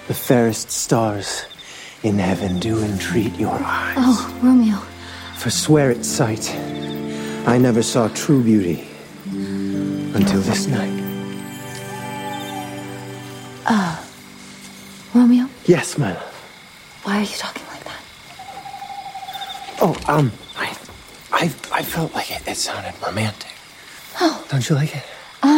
The fairest stars in heaven do entreat your eyes. Oh, Romeo. Forswear its sight. I never saw true beauty until this night. Romeo? Yes, my love. Why are you talking like that? Oh, I felt like it sounded romantic. Oh. Don't you like it?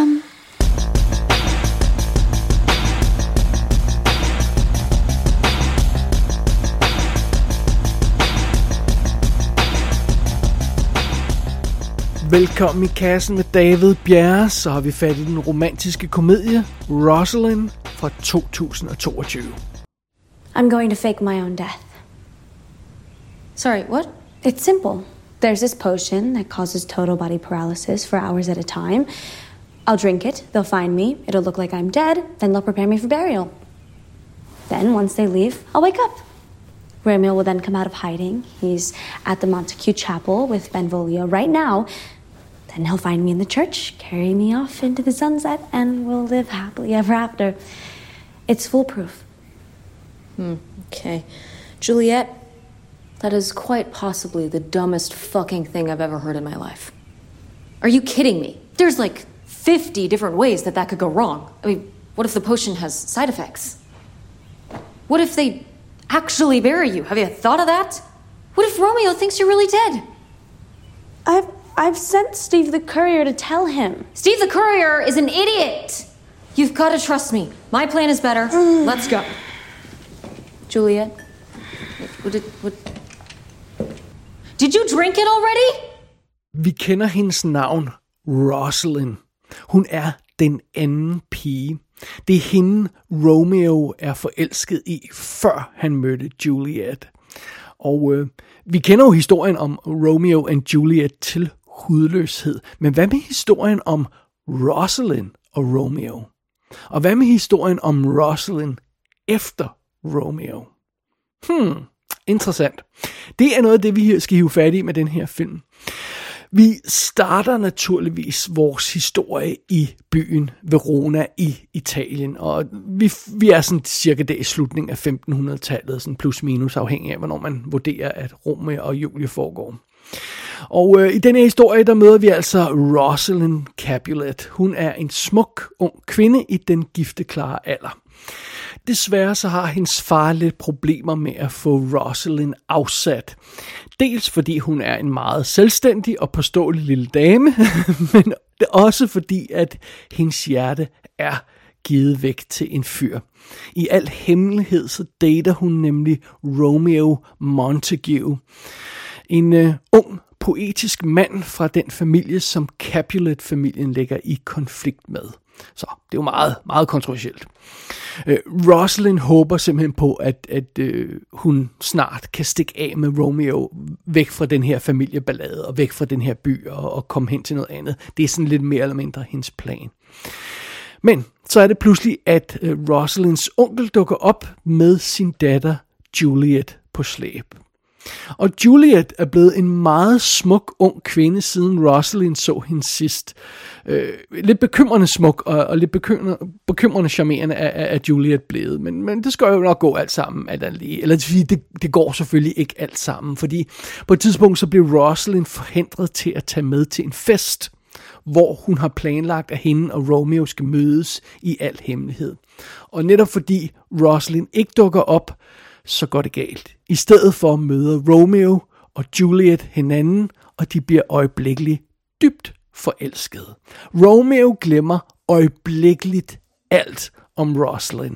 Velkommen i kassen med David Bjerre, så har vi fat i den romantiske komedie Rosalind fra 2022. I'm going to fake my own death. Sorry, what? It's simple. There's this potion that causes total body paralysis for hours at a time. I'll drink it, they'll find me, it'll look like I'm dead, then they'll prepare me for burial. Then, once they leave, I'll wake up. Romeo will then come out of hiding. He's at the Montague Chapel with Benvolio right now. Then he'll find me in the church, carry me off into the sunset, and we'll live happily ever after. It's foolproof. Okay. Juliet, that is quite possibly the dumbest fucking thing I've ever heard in my life. Are you kidding me? There's like 50 different ways that could go wrong. I mean, what if the potion has side effects? What if they actually bury you? Have you thought of that? What if Romeo thinks you're really dead? I've sent Steve the courier to tell him. Steve the courier is an idiot. You've got to trust me. My plan is better. Let's go. Juliet, what? Did you drink it already? Vi kender hendes navn, Rosalind. Hun er den anden pige. Det er hende, Romeo er forelsket i, før han mødte Juliet. Og vi kender jo historien om Romeo and Juliet til hudløshed. Men hvad med historien om Rosalind og Romeo? Og hvad med historien om Rosalind efter Romeo? Interessant. Det er noget af det, vi skal hive fat i med den her film. Vi starter naturligvis vores historie i byen Verona i Italien, og vi er sådan cirka der i slutningen af 1500-tallet, sådan plus minus afhængig af, hvornår man vurderer, at Romeo og Julie foregår. Og i denne historie, der møder vi altså Rosalind Capulet. Hun er en smuk, ung kvinde i den gifteklare alder. Desværre så har hendes far lidt problemer med at få Rosalind afsat. Dels fordi hun er en meget selvstændig og påståelig lille dame, men også fordi, at hendes hjerte er givet væk til en fyr. I al hemmelighed så dater hun nemlig Romeo Montague. En ung, poetisk mand fra den familie, som Capulet-familien ligger i konflikt med. Så det er jo meget, meget kontroversielt. Rosalind håber simpelthen på, at hun snart kan stikke af med Romeo væk fra den her familieballade og væk fra den her by og komme hen til noget andet. Det er sådan lidt mere eller mindre hendes plan. Men så er det pludselig, at Rosalinds onkel dukker op med sin datter Juliet på slæb. Og Juliet er blevet en meget smuk ung kvinde, siden Rosalind så hende sidst. Lidt bekymrende smuk og lidt bekymrende charmerende er Juliet blevet. Men det skal jo nok gå alt sammen. Eller det går selvfølgelig ikke alt sammen. Fordi på et tidspunkt så bliver Rosalind forhindret til at tage med til en fest, hvor hun har planlagt, at hende og Romeo skal mødes i al hemmelighed. Og netop fordi Rosalind ikke dukker op, så går det galt. I stedet for møder Romeo og Juliet hinanden, og de bliver øjeblikkeligt dybt forelskede. Romeo glemmer øjeblikkeligt alt om Rosalind.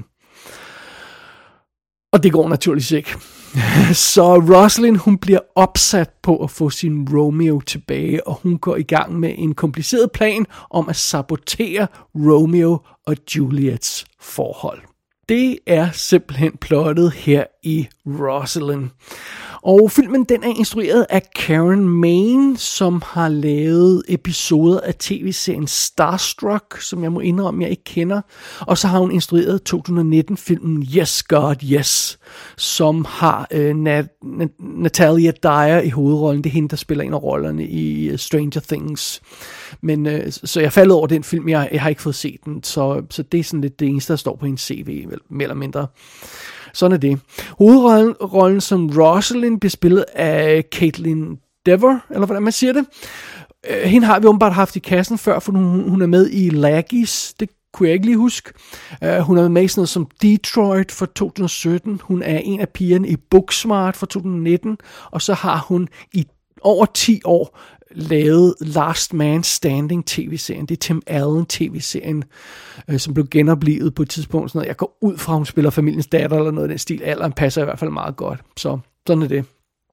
Og det går naturligvis ikke. Så Rosalind, hun bliver opsat på at få sin Romeo tilbage, og hun går i gang med en kompliceret plan om at sabotere Romeo og Juliets forhold. Det er simpelthen plottet her i Rosalind. Og filmen den er instrueret af Karen Maine, som har lavet episoder af tv-serien Starstruck, som jeg må indrømme, jeg ikke kender. Og så har hun instrueret 2019-filmen Yes God Yes, som har Natalia Dyer i hovedrollen. Det er hende, der spiller en af rollerne i Stranger Things. Men så jeg faldt over den film, jeg har ikke fået set den, så det er sådan lidt det eneste, der står på hendes CV, mere eller mindre. Sådan er det. Hovedrollen som Rosalind bliver spillet af Caitlin Dever, eller hvordan man siger det. Hende har vi åbenbart haft i kassen før, for hun er med i Laggies. Det kunne jeg ikke lige huske. Hun er med i sådan noget som Detroit fra 2017. Hun er en af pigerne i Booksmart fra 2019. Og så har hun i over 10 år lavet Last Man Standing tv-serien. Det er Tim Allen tv-serien, som blev genoplivet på et tidspunkt. Sådan noget. Jeg går ud fra, hun spiller Familiens Datter eller noget af den stil. Alderen passer i hvert fald meget godt. Så sådan er det.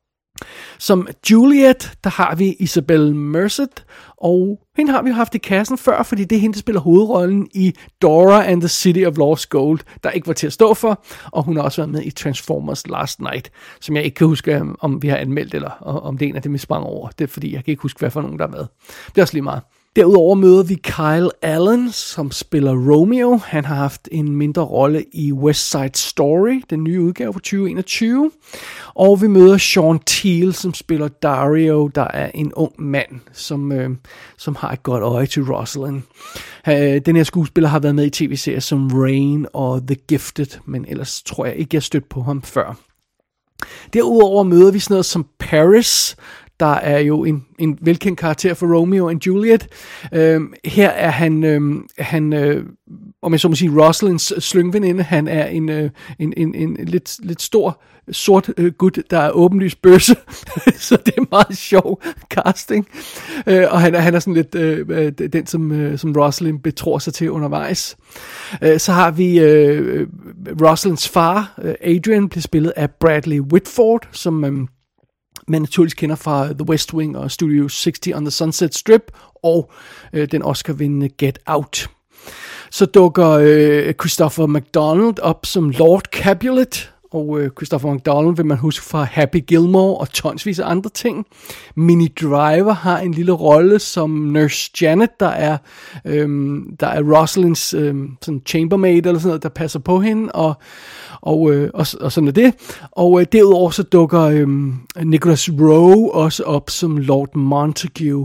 Som Juliet, der har vi Isabel Merced, og hende har vi jo haft i kassen før, fordi det er hende, der spiller hovedrollen i Dora and the City of Lost Gold, der ikke var til at stå for, og hun har også været med i Transformers Last Night, som jeg ikke kan huske, om vi har anmeldt, eller om det er en af dem, vi sprang over. Det er fordi, jeg kan ikke huske, hvad for nogen, der er med. Det er også lige meget. Derudover møder vi Kyle Allen, som spiller Romeo. Han har haft en mindre rolle i West Side Story, den nye udgave fra 2021. Og vi møder Sean Teal, som spiller Dario, der er en ung mand, som har et godt øje til Rosalind. Den her skuespiller har været med i tv-serier som Rain og The Gifted, men ellers tror jeg ikke, jeg stødt på ham før. Derudover møder vi sådan noget som Paris, der er jo en velkendt karakter for Romeo og Juliet. Her er han om jeg så må sige, Rosalinds slyngveninde. Han er en lidt stor sort gut, der er åbenlyst bøsse. Så det er meget sjov casting. Og han er sådan lidt den, som Rosalind betror sig til undervejs. Så har vi Rosalinds far, Adrian, bliver spillet af Bradley Whitford, som man naturligvis kender fra The West Wing og Studio 60 on the Sunset Strip og den Oscar-vindende Get Out. Så dukker Christopher McDonald op som Lord Capulet, og Christopher McDonald vil man huske fra Happy Gilmore og tonsvis af andre ting. Minnie Driver har en lille rolle som Nurse Janet, der er Rosalinds sådan chambermaid eller sådan noget, der passer på hende, og sådan er det. Og derudover så dukker Nicholas Rowe også op som Lord Montague.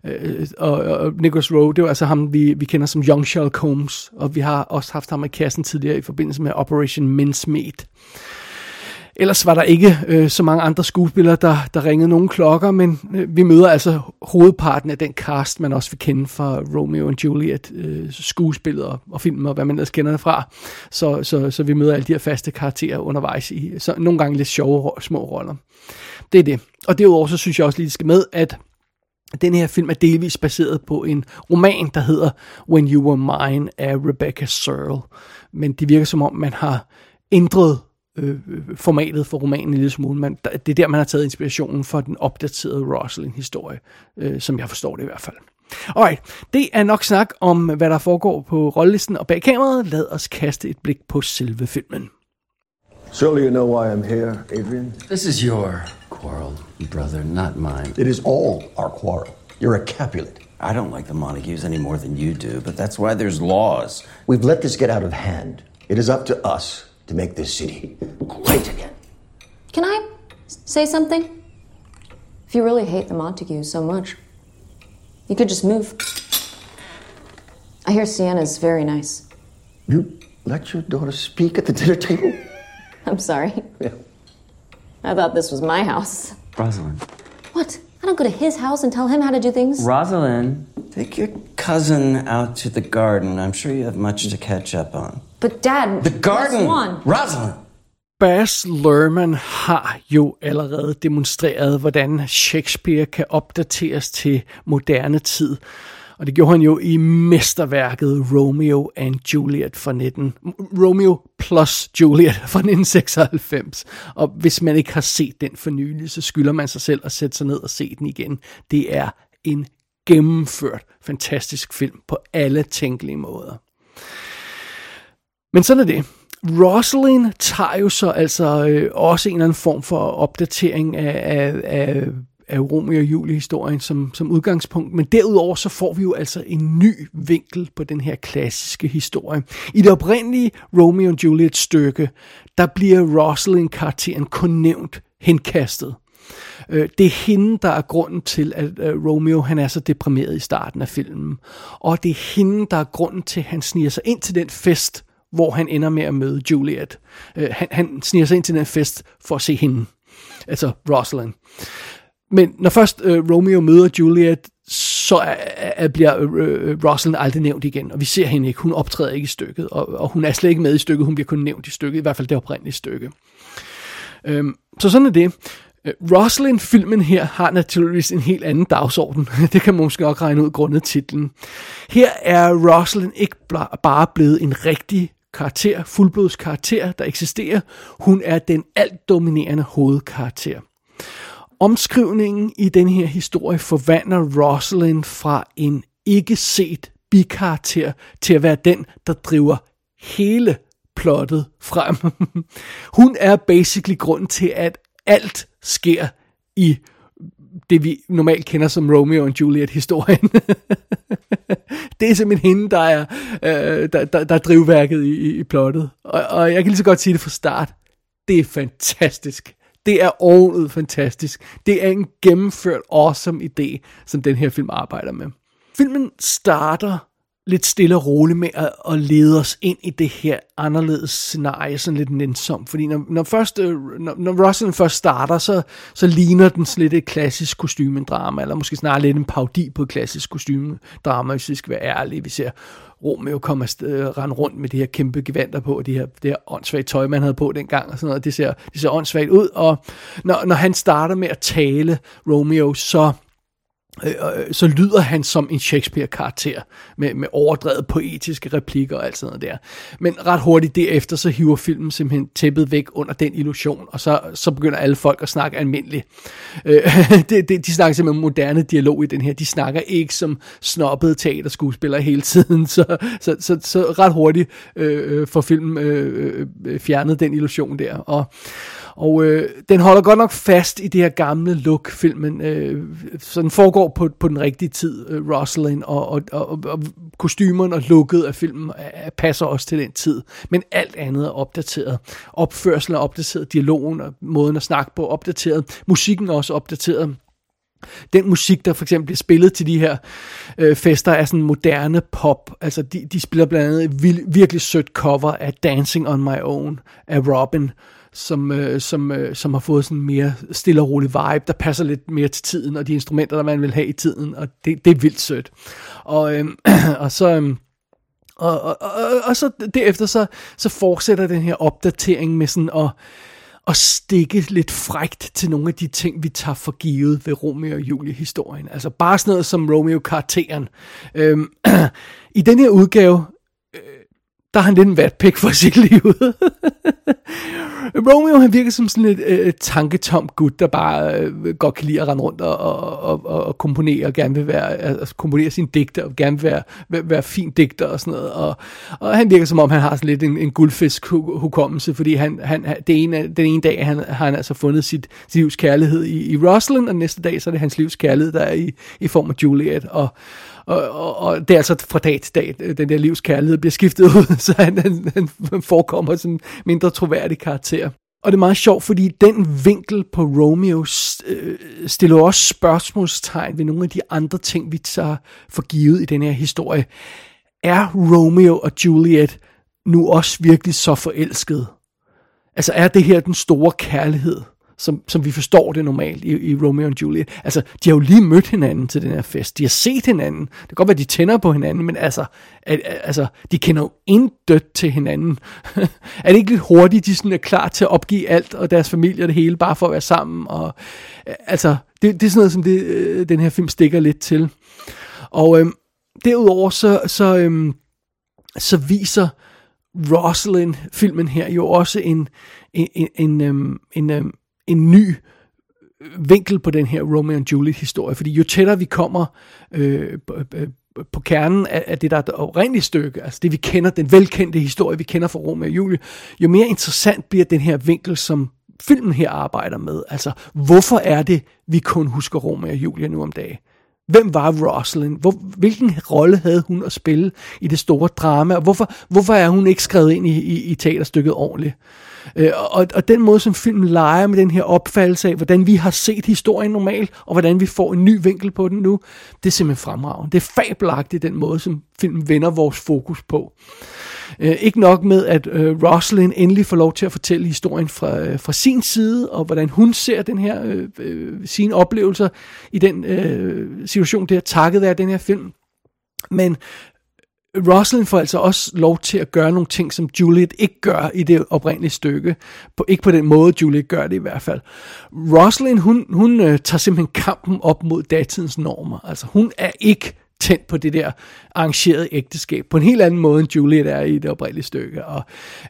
Og Nicholas Rowe, det er altså ham, vi kender som Young Sherlock Holmes, og vi har også haft ham i kassen tidligere i forbindelse med Operation Mincemeat. Ellers var der ikke så mange andre skuespillere, der ringede nogle klokker, men vi møder altså hovedparten af den cast, man også vil kende fra Romeo og Juliet, skuespillet og film og hvad man ellers kender det fra. Så vi møder alle de her faste karakterer undervejs i så nogle gange lidt sjove små roller. Det er det. Og derudover så synes jeg også lige, det skal med, at den her film er delvis baseret på en roman, der hedder When You Were Mine af Rebecca Searle. Men det virker som om, man har ændret formatet for romanen en lille smule. Det er der, man har taget inspirationen for den opdaterede Rosalind-historie, som jeg forstår det i hvert fald. Alright, det er nok snak om, hvad der foregår på rollelisten og bag kameraet. Lad os kaste et blik på selve filmen. Surely you know why I'm here, Adrian? This is your quarrel, brother, not mine. It is all our quarrel. You're a Capulet. I don't like the Montagues any more than you do, but that's why there's laws. We've let this get out of hand. It is up to us to make this city great again. Can I say something? If you really hate the Montagues so much, you could just move. I hear Sienna's very nice. You let your daughter speak at the dinner table? I'm sorry. Yeah. I thought this was my house. Rosalind. What? I don't go to his house and tell him how to do things. Rosalind. Take your cousin out to the garden. I'm sure you have much to catch up on. But Dad... The garden! Rosalind! Baz Luhrmann har jo allerede demonstreret, hvordan Shakespeare kan opdateres til moderne tid. Og det gjorde han jo i mesterværket Romeo plus Juliet fra 1996. Og hvis man ikke har set den for nylig, så skylder man sig selv at sætte sig ned og se den igen. Det er en gennemført, fantastisk film på alle tænkelige måder. Men sådan er det. Rosalind tager jo så altså også en eller anden form for opdatering af Romeo og Julie-historien som udgangspunkt, men derudover så får vi jo altså en ny vinkel på den her klassiske historie. I det oprindelige Romeo og Juliet-stykke, der bliver Rosalind-karakteren kun nævnt henkastet. Det er hende, der er grunden til, at Romeo han er så deprimeret i starten af filmen. Og det er hende, der er grunden til, at han sniger sig ind til den fest, hvor han ender med at møde Juliet. Han sniger sig ind til den fest for at se hende. Altså Rosalind. Men når først Romeo møder Juliet, så bliver Rosalind aldrig nævnt igen, og vi ser hende ikke. Hun optræder ikke i stykket, og hun er slet ikke med i stykket. Hun bliver kun nævnt i stykket, i hvert fald det oprindelige stykke. Så sådan er det. Rosalind-filmen her har naturligvis en helt anden dagsorden. Det kan man måske nok regne ud grundet titlen. Her er Rosalind ikke bare blevet en rigtig karakter, fuldblods karakter, der eksisterer. Hun er den alt dominerende hovedkarakter. Omskrivningen i den her historie forvandler Rosalind fra en ikke set bikarakter til at være den, der driver hele plottet frem. Hun er basically grunden til, at alt sker i det, vi normalt kender som Romeo og Juliet-historien. Det er simpelthen hende, der er drivværket i plottet. Og jeg kan lige så godt sige det fra start. Det er fantastisk. Det er overhovedet fantastisk. Det er en gennemført awesome idé, som den her film arbejder med. Filmen starter lidt stille og roligt med at lede os ind i det her anderledes scenarie, sådan lidt nænsomt. Fordi når Rosalind først starter, så ligner den sådan lidt et klassisk kostymedrama, eller måske snarere lidt en parodi på et klassisk kostymedrama, hvis vi skal være ærlige. Vi ser Romeo komme rende rundt med de her kæmpe gevanter på, og det her åndssvagt tøj, man havde på dengang, og sådan noget. Det ser åndssvagt ud, og når han starter med at tale Romeo, så lyder han som en Shakespeare-karakter med overdrevet poetiske replikker og alt sådan noget der. Men ret hurtigt derefter, så hiver filmen simpelthen tæppet væk under den illusion, og så begynder alle folk at snakke almindeligt. De snakker simpelthen moderne dialog i den her. De snakker ikke som snobbede teaterskuespillere hele tiden, så ret hurtigt får filmen fjernet den illusion der. Og den holder godt nok fast i det her gamle look, filmen. Så den foregår på den rigtige tid, Rosalind, og kostymerne og looket af filmen passer også til den tid. Men alt andet er opdateret. Opførselen er opdateret, dialogen og måden at snakke på er opdateret. Musikken er også opdateret. Den musik, der for eksempel bliver spillet til de her fester, er sådan moderne pop. Altså, de spiller blandt andet et virkelig sødt cover af Dancing on My Own af Robin, som har fået sådan en mere stille og rolig vibe, der passer lidt mere til tiden, og de instrumenter, der man vil have i tiden, og det er vildt sødt. Og så derefter så fortsætter den her opdatering med sådan at stikke lidt frækt til nogle af de ting, vi tager for givet ved Romeo og Julie-historien. Altså bare sådan noget som Romeo-karakteren. I den her udgave, der har han lidt en vatpik for sit liv. Romeo, han virker som sådan et tanketom gut, der bare godt kan lide at rende rundt og komponere, og gerne vil komponere sine digter, og gerne vil være fin digter og sådan noget. Og han virker som om, han har sådan lidt en guldfisk hukommelse, fordi den ene dag har han altså fundet sit livs kærlighed i Rosalind, og næste dag så er det hans livs kærlighed, der er i form af Juliet, og det er altså fra dag til dag, den der livskærlighed bliver skiftet ud, så han forekommer som mindre troværdig karakter. Og det er meget sjovt, fordi den vinkel på Romeo stiller også spørgsmålstegn ved nogle af de andre ting, vi tager for givet i den her historie. Er Romeo og Juliet nu også virkelig så forelsket? Altså er det her den store kærlighed, som vi forstår det normalt i Romeo og Juliet? Altså, de har jo lige mødt hinanden til den her fest. De har set hinanden. Det kan godt være, de tænder på hinanden, men altså de kender jo intet til hinanden. Er det ikke lidt hurtigt, de sådan er klar til at opgive alt, og deres familie og det hele, bare for at være sammen? Og, altså, det er sådan noget, som den her film stikker lidt til. Og derudover så viser Rosalind-filmen her jo også en ny vinkel på den her Romeo og Juliet historie, fordi jo tættere vi kommer på kernen af det, der er det oprindelige stykke, altså det vi kender, den velkendte historie, vi kender fra Romeo og Julie, jo mere interessant bliver den her vinkel, som filmen her arbejder med. Altså, hvorfor er det, vi kun husker Romeo og Julie nu om dagen? Hvem var Rosalind? Hvilken rolle havde hun at spille i det store drama? Og hvorfor er hun ikke skrevet ind i teaterstykket ordentligt? Og den måde, som filmen leger med den her opfattelse af, hvordan vi har set historien normalt, og hvordan vi får en ny vinkel på den nu, det er simpelthen fremragende. Det er fabelagtigt, den måde, som filmen vender vores fokus på. Ikke nok med, at Rosalind endelig får lov til at fortælle historien fra sin side, og hvordan hun ser den her, sine oplevelser i den situation, det er takket være den her film. Men Rosalind får altså også lov til at gøre nogle ting, som Juliet ikke gør i det oprindelige stykke. Ikke på den måde, Juliet gør det i hvert fald. Rosalind, hun tager simpelthen kampen op mod datidens normer. Altså, hun er ikke tændt på det der arrangerede ægteskab, på en helt anden måde, end Juliet er i det oprindelige stykke. Og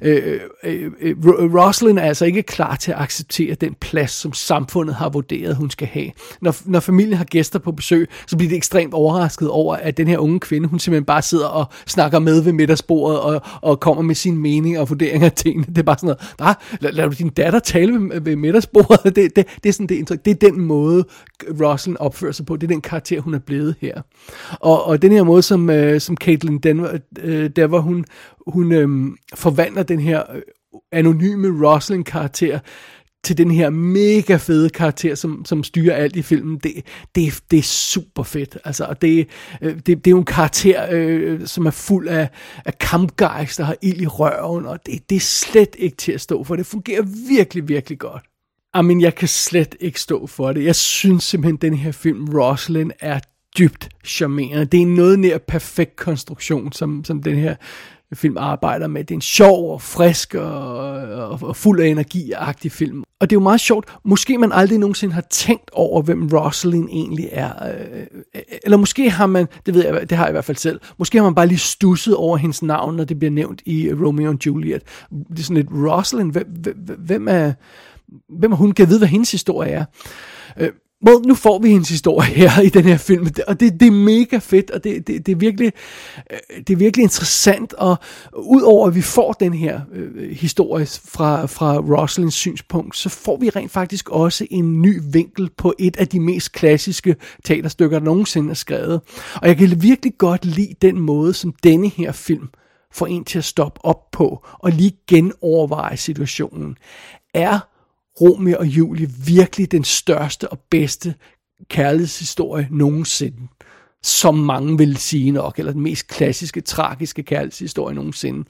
Rosalind er altså ikke klar til at acceptere den plads, som samfundet har vurderet, hun skal have. Når familien har gæster på besøg, så bliver det ekstremt overrasket over, at den her unge kvinde, hun simpelthen bare sidder og snakker med ved middagsbordet, og kommer med sin mening og vurderinger af tingene. Det er bare sådan noget, lad du din datter tale ved middagsbordet. Det er sådan det indtryk. Det er den måde, Rosalind opfører sig på. Det er den karakter, hun er blevet her. Og den her måde, som Caitlin Dever, hun forvandler den her anonyme Rosalind-karakter til den her mega fede karakter, som styrer alt i filmen. Det er super fedt. Altså, det er jo en karakter, som er fuld af kampgejst, der har ild i røven, og det er slet ikke til at stå for. Det fungerer virkelig, virkelig godt. Amen, jeg kan slet ikke stå for det. Jeg synes simpelthen, den her film, Rosalind, er dybt charmerende. Det er en noget nær perfekt konstruktion, som den her film arbejder med. Det er en sjov og frisk og fuld af energi-agtig film. Og det er jo meget sjovt. Måske man aldrig nogensinde har tænkt over, hvem Rosalind egentlig er. Eller måske har man, det ved jeg, det har jeg i hvert fald selv, måske har man bare lige stusset over hendes navn, når det bliver nævnt i Romeo og Juliet. Det er sådan lidt, Rosalind, hvem er hun? Kan vide, hvad hendes historie er. Nu får vi hendes historie her i den her film, og det er mega fedt, og det er virkelig interessant, og udover at vi får den her historie fra Rosalinds synspunkt, så får vi rent faktisk også en ny vinkel på et af de mest klassiske teaterstykker, der nogensinde er skrevet. Og jeg kan virkelig godt lide den måde, som denne her film får en til at stoppe op på, og lige genoverveje situationen. Er Romeo og Julie virkelig den største og bedste kærlighedshistorie nogensinde? Som mange vil sige nok, eller den mest klassiske, tragiske kærlighedshistorie nogensinde.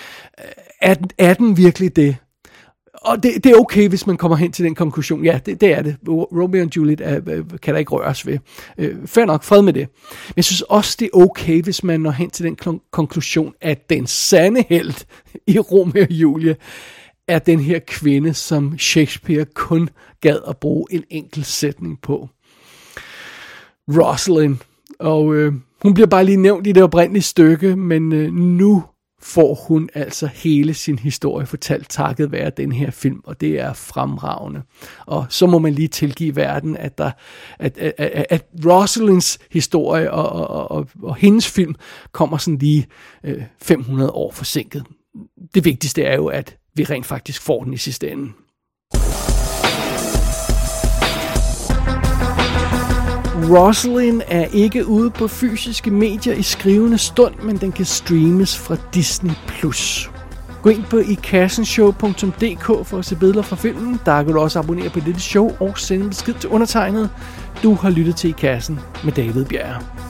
Er den virkelig det? Og det er okay, hvis man kommer hen til den konklusion. Ja, det er det. Romeo og Juliet kan der ikke røres ved. Fair nok, fred med det. Men jeg synes også, det er okay, hvis man når hen til den konklusion, at den sande helt i Romeo og Julie er den her kvinde, som Shakespeare kun gad at bruge en enkelt sætning på. Rosalind. Og hun bliver bare lige nævnt i det oprindelige stykke, men nu får hun altså hele sin historie fortalt takket være den her film, og det er fremragende. Og så må man lige tilgive verden, at Rosalinds historie og hendes film kommer sådan lige 500 år forsinket. Det vigtigste er jo, at vi rent faktisk får den i sidste ende. Rosalind er ikke ude på fysiske medier i skrivende stund, men den kan streames fra Disney+. Gå ind på ikassenshow.dk for at se billeder fra filmen. Der kan du også abonnere på dette show og sende besked til undertegnet. Du har lyttet til I Kassen med David Bjerre.